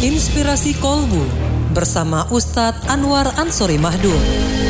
Inspirasi Kolbu bersama Ustadz Anwar Ansori Mahdum.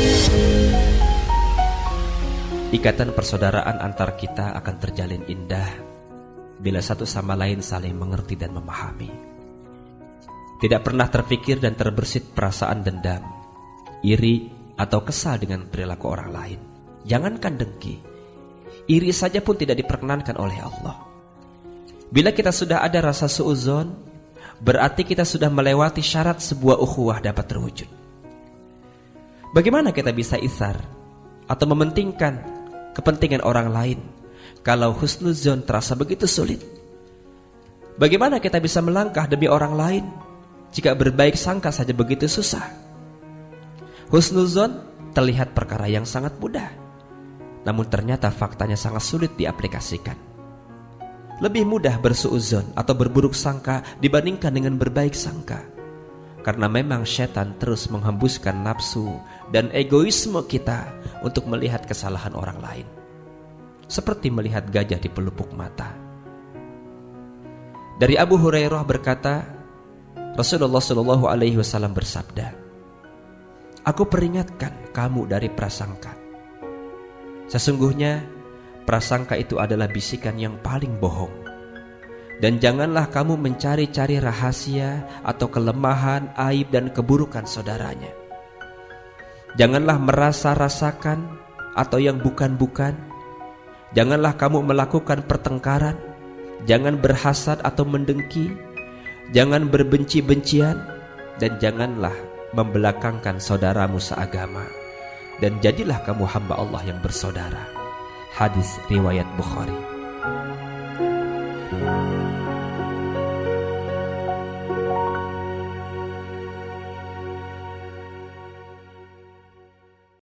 Ikatan persaudaraan antar kita akan terjalin indah bila satu sama lain saling mengerti dan memahami. Tidak pernah terpikir dan terbersit perasaan dendam, iri, atau kesal dengan perilaku orang lain. Jangankan dengki, iri saja pun tidak diperkenankan oleh Allah. Bila kita sudah ada rasa suudzon, berarti kita sudah melewati syarat sebuah ukhuwah dapat terwujud. Bagaimana kita bisa isar atau mementingkan kepentingan orang lain kalau husnuzon terasa begitu sulit? Bagaimana kita bisa melangkah demi orang lain jika berbaik sangka saja begitu susah? Husnuzon terlihat perkara yang sangat mudah, namun ternyata faktanya sangat sulit diaplikasikan. Lebih mudah bersuudzon atau berburuk sangka dibandingkan dengan berbaik sangka, karena memang setan terus menghembuskan nafsu dan egoisme kita untuk melihat kesalahan orang lain, seperti melihat gajah di pelupuk mata. Dari Abu Hurairah berkata, Rasulullah SAW bersabda, "Aku peringatkan kamu dari prasangka. Sesungguhnya prasangka itu adalah bisikan yang paling bohong. Dan janganlah kamu mencari-cari rahasia atau kelemahan, aib dan keburukan saudaranya. Janganlah merasa-rasakan atau yang bukan-bukan. Janganlah kamu melakukan pertengkaran. Jangan berhasad atau mendengki. Jangan berbenci-bencian. Dan janganlah membelakangkan saudaramu seagama. Dan jadilah kamu hamba Allah yang bersaudara." Hadis riwayat Bukhari.